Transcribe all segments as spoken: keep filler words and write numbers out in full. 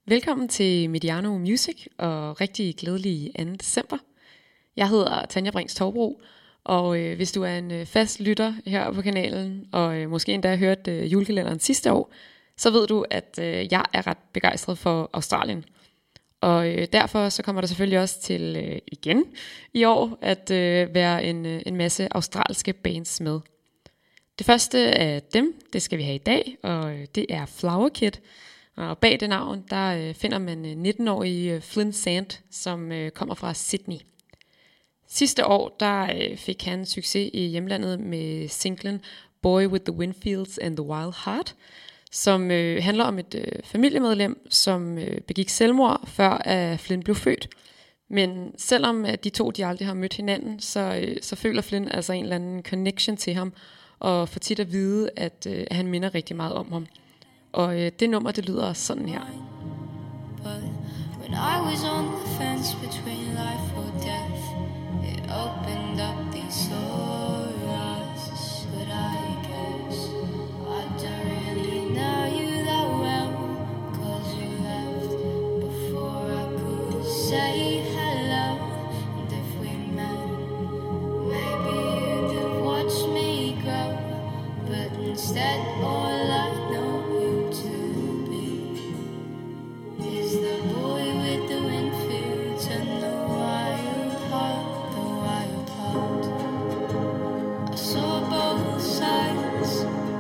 Velkommen til Mediano Music og rigtig glædelig anden december. Jeg hedder Tanja Brings Torbro, og øh, hvis du er en øh, fast lytter her på kanalen, og øh, måske endda har hørt øh, julekalenderen sidste år, så ved du, at øh, jeg er ret begejstret for Australien. Og øh, derfor så kommer der selvfølgelig også til øh, igen i år at øh, være en, øh, en masse australske bands med. Det første af dem, det skal vi have i dag, og øh, det er Flower Kid. Og bag det navn, der øh, finder man øh, nitten-årige øh, Flynn Sand, som øh, kommer fra Sydney. Sidste år, der øh, fik han succes i hjemlandet med singlen Boy with the Windfields and the Wild Heart, som øh, handler om et øh, familiemedlem, som øh, begik selvmord, før at Flynn blev født. Men selvom at de to de aldrig har mødt hinanden, så, øh, så føler Flynn altså en eller anden connection til ham, og får tit at vide, at, øh, at han minder rigtig meget om ham. Og øh, det nummer, det lyder sådan her. But when I was on the fence between life or death, it opened up these eyes. But I guess I don't really know you that well, 'cause you left before I could say hello. And if we met, maybe you'd have watched me grow. But instead all I know to be is the boy with the windfields and the wild heart, the wild heart. I saw both sides,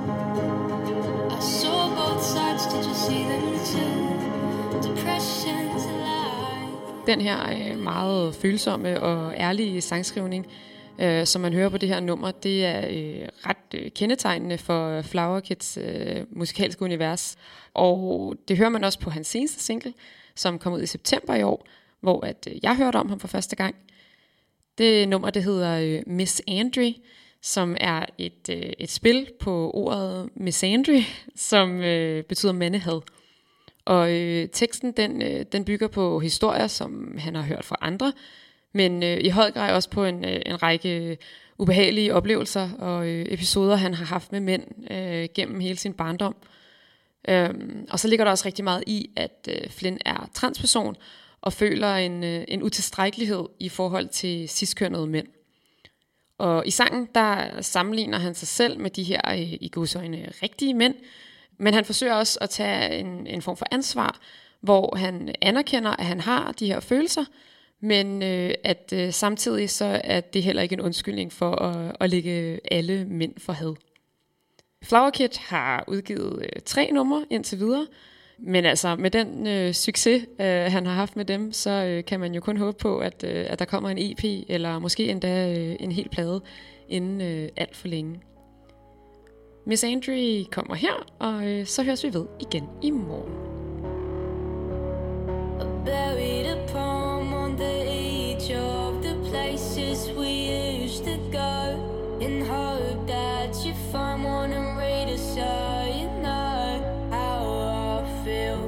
I saw both sides, did you see them too? Depression's a lie. Den her øh, meget følsomme og ærlige sangskrivning, øh, som man hører på det her nummer, det er øh, ret øh, kendetegnende for Flower Kids øh, musikalske univers. Og det hører man også på hans seneste single, som kom ud i september i år, hvor at, øh, jeg hørte om ham for første gang. Det nummer, det hedder øh, Miss Andre, som er et, øh, et spil på ordet misandry, som øh, betyder mandehad. Og øh, teksten, den, øh, den bygger på historier, som han har hørt fra andre, men øh, i høj grad også på en, øh, en række ubehagelige oplevelser og øh, episoder, han har haft med mænd øh, gennem hele sin barndom. Øhm, og så ligger der også rigtig meget i, at øh, Flynn er transperson og føler en, øh, en utilstrækkelighed i forhold til ciskønnede mænd. Og i sangen, der sammenligner han sig selv med de her øh, i godsøjne rigtige mænd, men han forsøger også at tage en, en form for ansvar, hvor han anerkender, at han har de her følelser, men øh, at øh, samtidig så er det heller ikke en undskyldning for at, at lægge alle mænd for had. Flower Kid har udgivet øh, tre numre indtil videre, men altså med den øh, succes, øh, han har haft med dem, så øh, kan man jo kun håbe på, at, øh, at der kommer en E P, eller måske endda øh, en hel plade, inden øh, alt for længe. Miss Andre kommer her, og øh, så høres vi ved igen i morgen. Buried a poem on the edge of the places we used to go, in hope that you find one and read it so you know how I feel.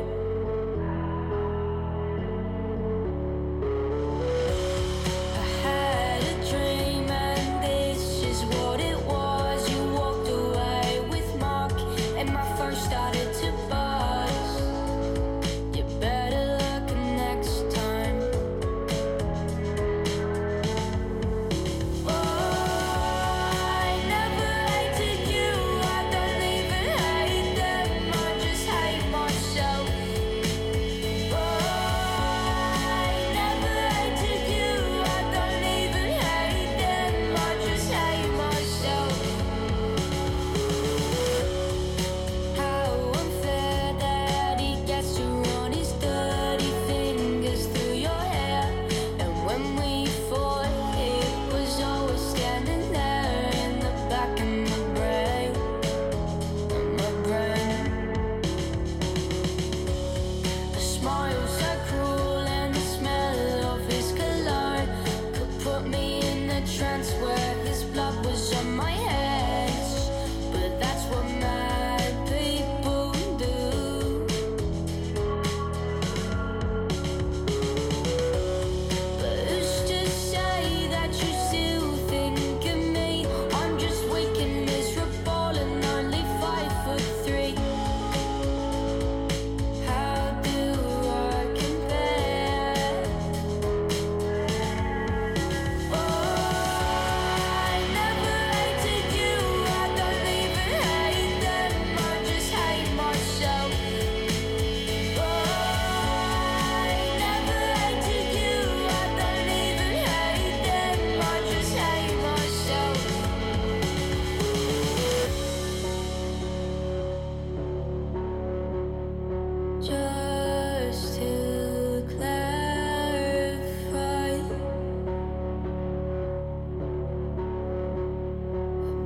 I had a dream and this is what it was. You walked away with Mark and my phone started to buzz. You better look next time. Oh, I never hated you.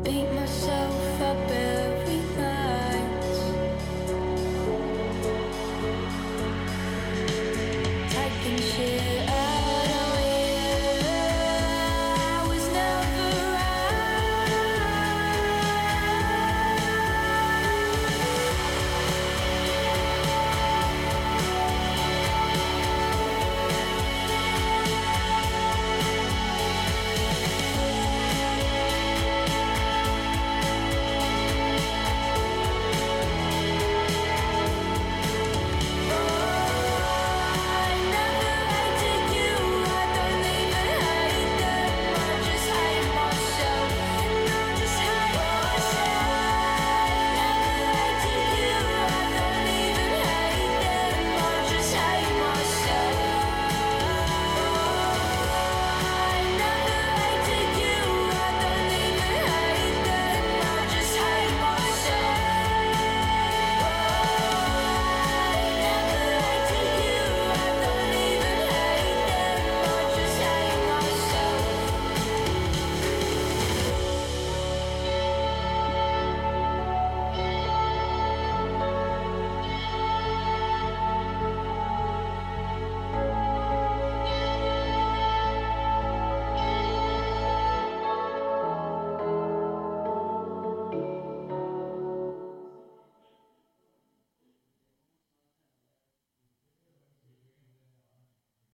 beat myself